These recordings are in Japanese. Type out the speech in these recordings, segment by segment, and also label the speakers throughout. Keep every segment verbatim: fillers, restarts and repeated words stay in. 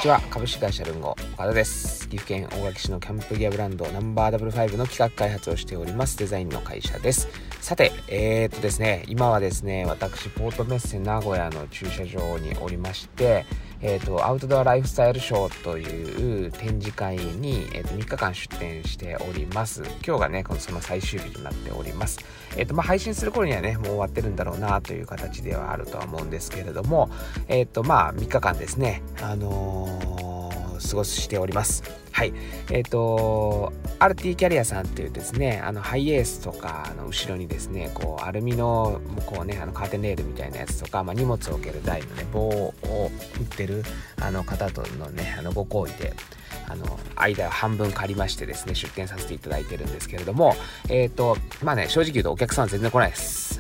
Speaker 1: ちは。株式会社ルンゴ岡田です。岐阜県大垣市のキャンプギアブランドナンバーダブルファイブの企画開発をしておりますデザインの会社です。さて、えー、っとですね今はですね私ポートメッセ名古屋の駐車場におりまして、えー、とアウトドアライフスタイルショーという展示会に、えー、とみっかかん出展しております。今日がねこのその最終日となっております。えーとまあ、配信する頃にはねもう終わってるんだろうなという形ではあるとは思うんですけれども、えーとまあみっかかんですねあのー、過ごしております。はい、えっ、ー、と アールティー キャリアさんっていうですねあのハイエースとかの後ろにですねこうアルミのこうねあのカーテンレールみたいなやつとか、まあ、荷物を置ける台のね棒を売ってるあの方とのねあのご好意であの間を半分借りましてですね出店させていただいてるんですけれども、えっ、ー、とまあね正直言うとお客さんは全然来ないです。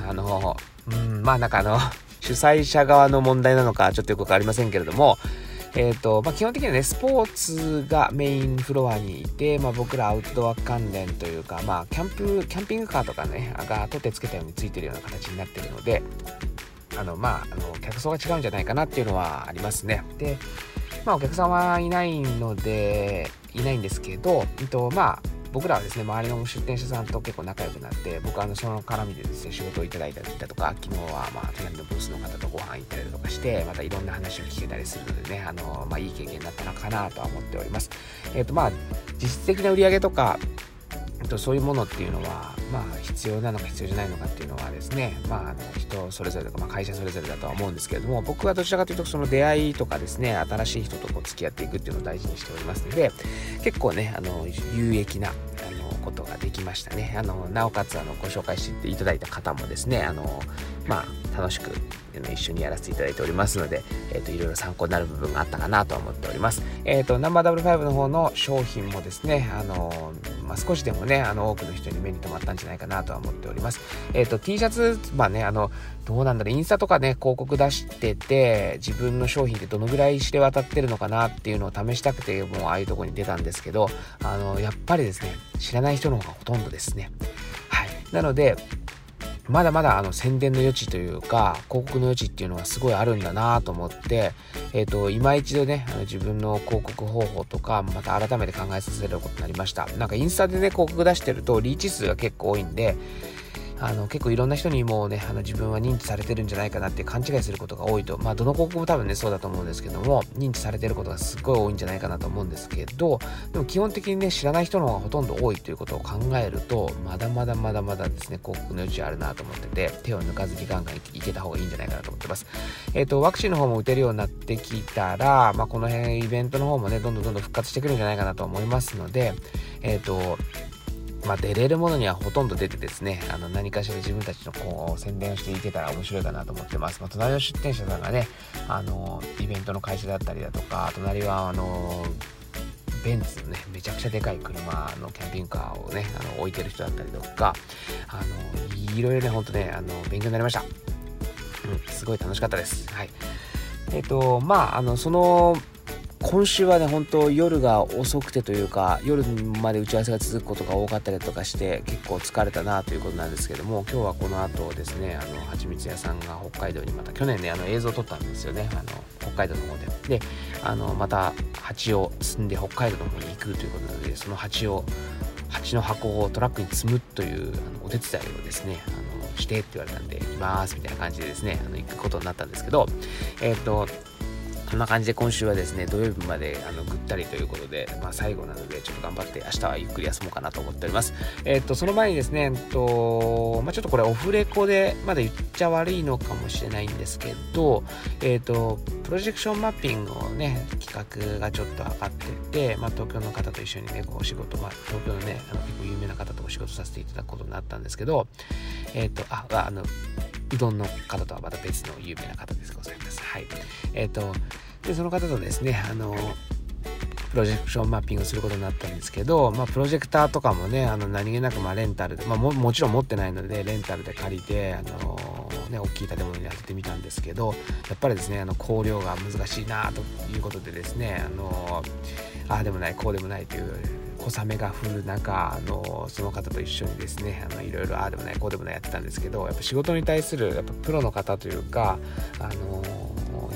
Speaker 1: あのうんまあなんかあの主催者側の問題なのかちょっとよくわかりませんけれども、えーとまあ、基本的にはねスポーツがメインフロアにいて、まあ、僕らアウトドア関連というか、まあ、キャンプキャンピングカーとかねが取ってつけたようについてるような形になってるのであのまああの客層が違うんじゃないかなっていうのはありますね。でまあお客さんはいないのでいないんですけど、えっとまあ僕らはですね周りの出店者さんと結構仲良くなって、僕はあのその絡みでですね仕事をいただいたりだとか、昨日はまあ隣のブースの方とご飯行ったりとかしてまたいろんな話を聞けたりするのでねあの、まあ、いい経験になったのかなとは思っております。えっとまあ実質的な売り上げとかそういうものっていうのはまあ必要なのか必要じゃないのかっていうのはですねまああの人それぞれとか、まあ、会社それぞれだとは思うんですけれども、僕はどちらかというとその出会いとかですね新しい人とこう付き合っていくっていうのを大事にしておりますので、結構ねあの有益なあのことができましたね。あのなおかつあのご紹介していただいた方もですねあのまあ楽しく一緒にやらせていただいておりますので、えー、といろいろ参考になる部分があったかなと思っております。えー、とナンバーダブルファイブの方の商品もですねあの、まあ、少しでもねあの多くの人に目に留まったんじゃないかなとは思っております。えー、と T シャツまあねあのどうなんだろう、インスタとかね広告出してて自分の商品ってどのぐらい知れ渡ってるのかなっていうのを試したくてもうああいうところに出たんですけど、あのやっぱりですね知らない人の方がほとんどですね。はい、なのでまだまだあの宣伝の余地というか広告の余地っていうのはすごいあるんだなと思って、えーと、今一度ねあの自分の広告方法とかまた改めて考えさせることになりました。なんかインスタでね広告出してるとリーチ数が結構多いんで、あの結構いろんな人にもうねあの自分は認知されてるんじゃないかなって勘違いすることが多いと、まあどの広告も多分ねそうだと思うんですけども、認知されてることがすごい多いんじゃないかなと思うんですけど、でも基本的にね知らない人の方がほとんど多いということを考えるとまだまだまだまだですね広告の余地あるなと思ってて、手を抜かずにガンガンいけた方がいいんじゃないかなと思ってます。えっとワクチンの方も打てるようになってきたら、まあこの辺イベントの方もねどんどんどんどん復活してくるんじゃないかなと思いますので、えっとまあ、出れるものにはほとんど出てですねあの何かしら自分たちのこう宣伝をしていけたら面白いかなと思ってます。まあ、隣の出店者さんがねあのイベントの会社だったりだとか、隣はあのベンツのねめちゃくちゃでかい車のキャンピングカーをねあの置いてる人だったりとか、あのいろいろねほんとねあの勉強になりました。うん、すごい楽しかったです。はい。えっとまああのその今週はね本当夜が遅くてというか夜まで打ち合わせが続くことが多かったりとかして結構疲れたなということなんですけども、今日はこの後ですねあのはちみつ屋さんが北海道にまた去年ねあの映像を撮ったんですよね、あの北海道の方でであのまた蜂を積んで北海道の方に行くということなので、その蜂を蜂の箱をトラックに積むというあのお手伝いをですねあのしてって言われたんで行きますみたいな感じでですねあの行くことになったんですけど、えっとこんな感じで今週はですね土曜日まであのぐったりということで、まあ、最後なのでちょっと頑張って明日はゆっくり休もうかなと思っております。えっとその前にですね、えっとまあ、ちょっとこれオフレコでまだ言っちゃ悪いのかもしれないんですけど、えっとプロジェクションマッピングをね企画がちょっと上がってて、まあ、東京の方と一緒にねこう仕事、まあ、東京のねあの結構有名な方とお仕事させていただくことになったんですけど、えっとああのうどんの方とはまた別の有名な方ですございます。はい。えっとでその方とですねあのプロジェクションマッピングをすることになったんですけど、まあ、プロジェクターとかもねあの何気なくまあレンタルで、まあ、も, もちろん持ってないのでレンタルで借りてあの、ね、大きい建物に当ててみたんですけど、やっぱりですねあの光量が難しいなということでですねあのああでもないこうでもないという小雨が降る中あのその方と一緒にですねあのいろいろああでもないこうでもないやってたんですけど、やっぱ仕事に対するやっぱプロの方というかあの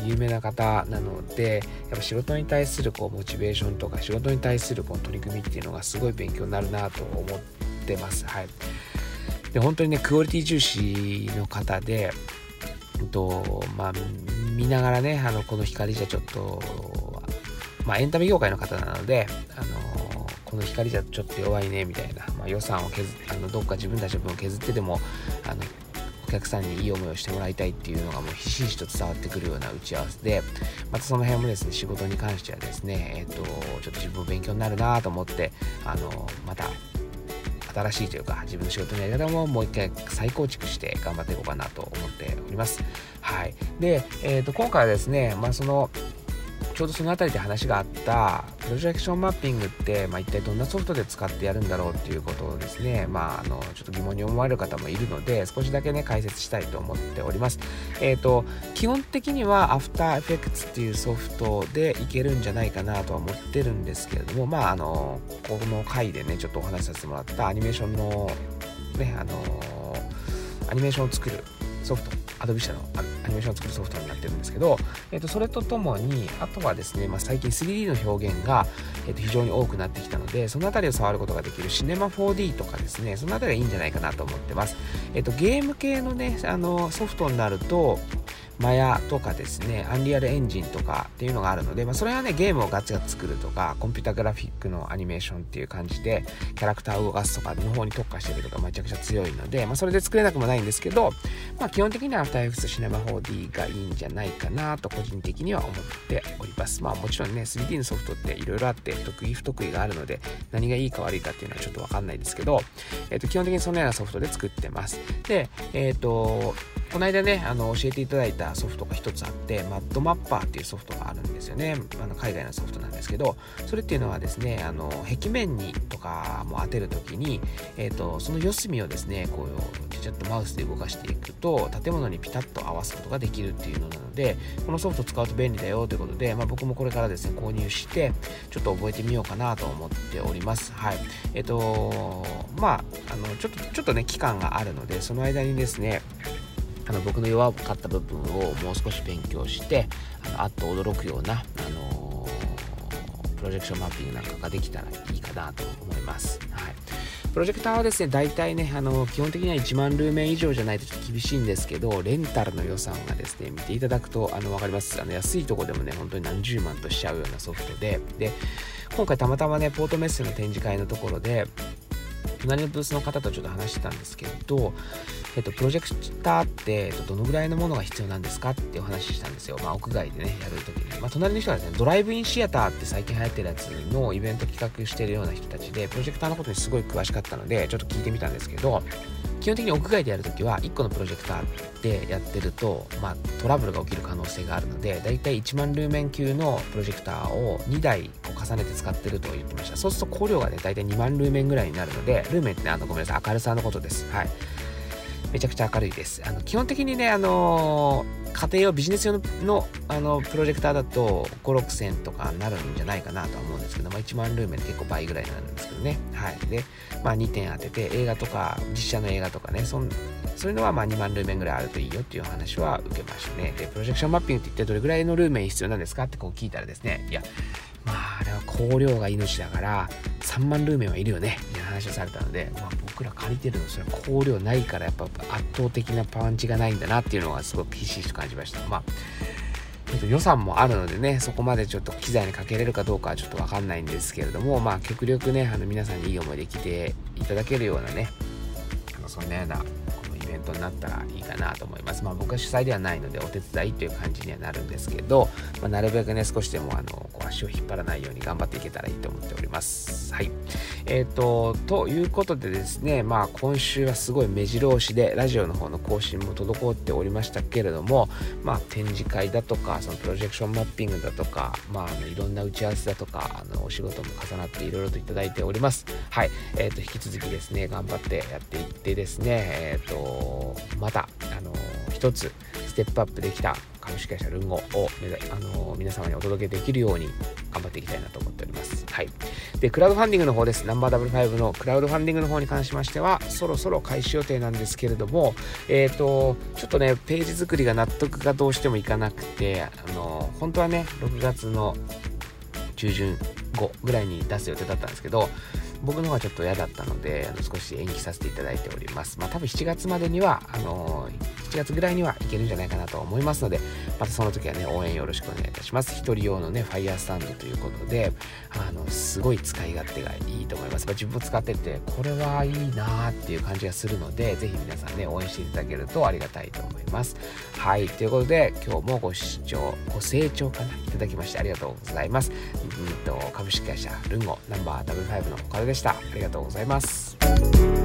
Speaker 1: 有名な方なので、やっぱ仕事に対するこうモチベーションとか仕事に対するこの取り組みっていうのがすごい勉強になるなと思ってます。はい。で本当にねクオリティ重視の方で、えっとまあ見ながらね、あのこの光じゃちょっと、まあエンタメ業界の方なので、あのこの光じゃちょっと弱いねみたいな、まあ、予算を削あのどっか自分たちの分を削ってでもあのお客さんにいい思いをしてもらいたいっていうのがもうひしひしと伝わってくるような打ち合わせで、またその辺もですね仕事に関してはですね、えっとちょっと自分勉強になるなと思って、あのまた新しいというか自分の仕事のやり方ももう一回再構築して頑張っていこうかなと思っております。はい。で、えーと今回はですね、まあそのちょうどそのあたりで話があったプロジェクションマッピングって、まあ、一体どんなソフトで使ってやるんだろうっていうことをですね、まあ、あのちょっと疑問に思われる方もいるので、少しだけね解説したいと思っております。えーと基本的には After Effects っていうソフトでいけるんじゃないかなとは思ってるんですけれども、まああのこの回でねちょっとお話しさせてもらったアニメーションのねあのアニメーションを作るソフト、アドビ社のアニメーションを作るソフトになってるんですけど、えー、とそれとともにあとはですね、まあ、最近 スリーディー の表現が、えー、と非常に多くなってきたので、そのあたりを触ることができるシネマ フォーディー とかですね、そのあたりがいいんじゃないかなと思ってます。えー、とゲーム系のねあのソフトになるとマヤとかですね、アンリアルエンジンとかっていうのがあるので、まあ、それはねゲームをガツガツ作るとかコンピュータグラフィックのアニメーションっていう感じでキャラクターを動かすとかの方に特化してるとかめちゃくちゃ強いので、まあ、それで作れなくもないんですけど、まあ、基本的には After Effects Cinema フォーディー がいいんじゃないかなと個人的には思っております。まあもちろんね スリーディー のソフトっていろいろあって得意不得意があるので何がいいか悪いかっていうのはちょっとわかんないですけど、えー、と基本的にそのようなソフトで作ってます。で、えっ、ー、とこの間ねあの教えていただいたソフトが一つあって、マッドマッパーっていうソフトがあるんですよね。あの海外のソフトなんですけど、それっていうのはですね、あの壁面にとかも当てるときに、えー、とその四隅をですねこうちょちょっとマウスで動かしていくと建物にピタッと合わすことができるっていうのなので、このソフト使うと便利だよということで、まあ、僕もこれからですね購入してちょっと覚えてみようかなと思っております。はい。えっ、ー、とまああのちょっとちょっとね期間があるので、その間にですねあの僕の弱かった部分をもう少し勉強して、あのあっと驚くような、あのー、プロジェクションマッピングなんかができたらいいかなと思います。はい。プロジェクターはですね大体ねあの基本的にはいちまんルーメン以上じゃないとちょっと厳しいんですけど、レンタルの予算がですね見ていただくとあの分かります。あの安いとこでもね本当に何十万としちゃうようなソフトで、で今回たまたまねポートメッセの展示会のところで隣のブースの方とちょっと話してたんですけど、えっと、プロジェクターって、えっと、どのぐらいのものが必要なんですかってお話ししたんですよ。まあ、屋外でね、やるときに。まあ、隣の人はですね、ドライブインシアターって最近流行ってるやつのイベント企画してるような人たちで、プロジェクターのことにすごい詳しかったので、ちょっと聞いてみたんですけど、基本的に屋外でやるときはいっこのプロジェクターでやってると、まあ、トラブルが起きる可能性があるので、だいたいいちまんルーメン級のプロジェクターをにだいこう重ねて使ってると言ってました。そうすると光量がね、だいたいにまんルーメンぐらいになるので、ルーメンってね、あのごめんなさい、明るさのことです。はい。めちゃくちゃ明るいです。あの基本的にね、あのー、家庭用ビジネス用 の, の, あのプロジェクターだとご、ろくせんとかになるんじゃないかなとは思うんですけど、まあ、いちまんルーメンで結構倍ぐらいになるんですけどね。はい。で、まあ、にてん当てて映画とか実写の映画とかね、そんそういうのはまあにまんルーメンぐらいあるといいよっていう話は受けましたね。で、プロジェクションマッピングって一体どれぐらいのルーメン必要なんですかってこう聞いたらですね、いやまああれは光量が命だからさんまんルーメンはいるよねみたいな話をされたので、まあ、僕ら借りてるのそれは光量ないからやっぱ圧倒的なパンチがないんだなっていうのがすごくひしひしと感じました。まあえっと、予算もあるのでね、そこまでちょっと機材にかけれるかどうかはちょっとわかんないんですけれども、まあ極力ねあの皆さんにいい思いで来ていただけるようなね、あのそんなようなイベントになったらいいかなと思います。まあ僕は主催ではないのでお手伝いという感じにはなるんですけど、まあ、なるべくね少しでもあのこう足を引っ張らないように頑張っていけたらいいと思っております。はい。えっとということでですね、まあ今週はすごい目白押しでラジオの方の更新も滞っておりましたけれども、まあ展示会だとかそのプロジェクションマッピングだとか、まあ、あのいろんな打ち合わせだとかあのお仕事も重なっていろいろといただいております。はい。えっと引き続きですね頑張ってやっていってですね、えっとまたあの一つステップアップできた株式会社ルンゴをあの皆様にお届けできるように頑張っていきたいなと思っております。はい。で、クラウドファンディングの方です。ナンバーダブルファイブのクラウドファンディングの方に関しましては、そろそろ開始予定なんですけれども、えっと、ちょっとね、ページ作りが納得がどうしてもいかなくて、あの、本当はね、ろくがつの中旬後ぐらいに出す予定だったんですけど、僕の方はちょっと嫌だったので、あの少し延期させていただいております。まあ多分しちがつまでには、あのー、しちがつぐらいにはいけるんじゃないかなと思いますので、またその時はね、応援よろしくお願いいたします。一人用のね、ファイヤースタンドということで、あの、すごい使い勝手がいいと思います。まあ、自分も使ってて、これはいいなーっていう感じがするので、ぜひ皆さんね、応援していただけるとありがたいと思います。はい、ということで、今日もご視聴、ご清聴かな、いただきましてありがとうございます。うんと、株式会社ルンゴナンバーダブルファイブの岡田でした。ありがとうございます。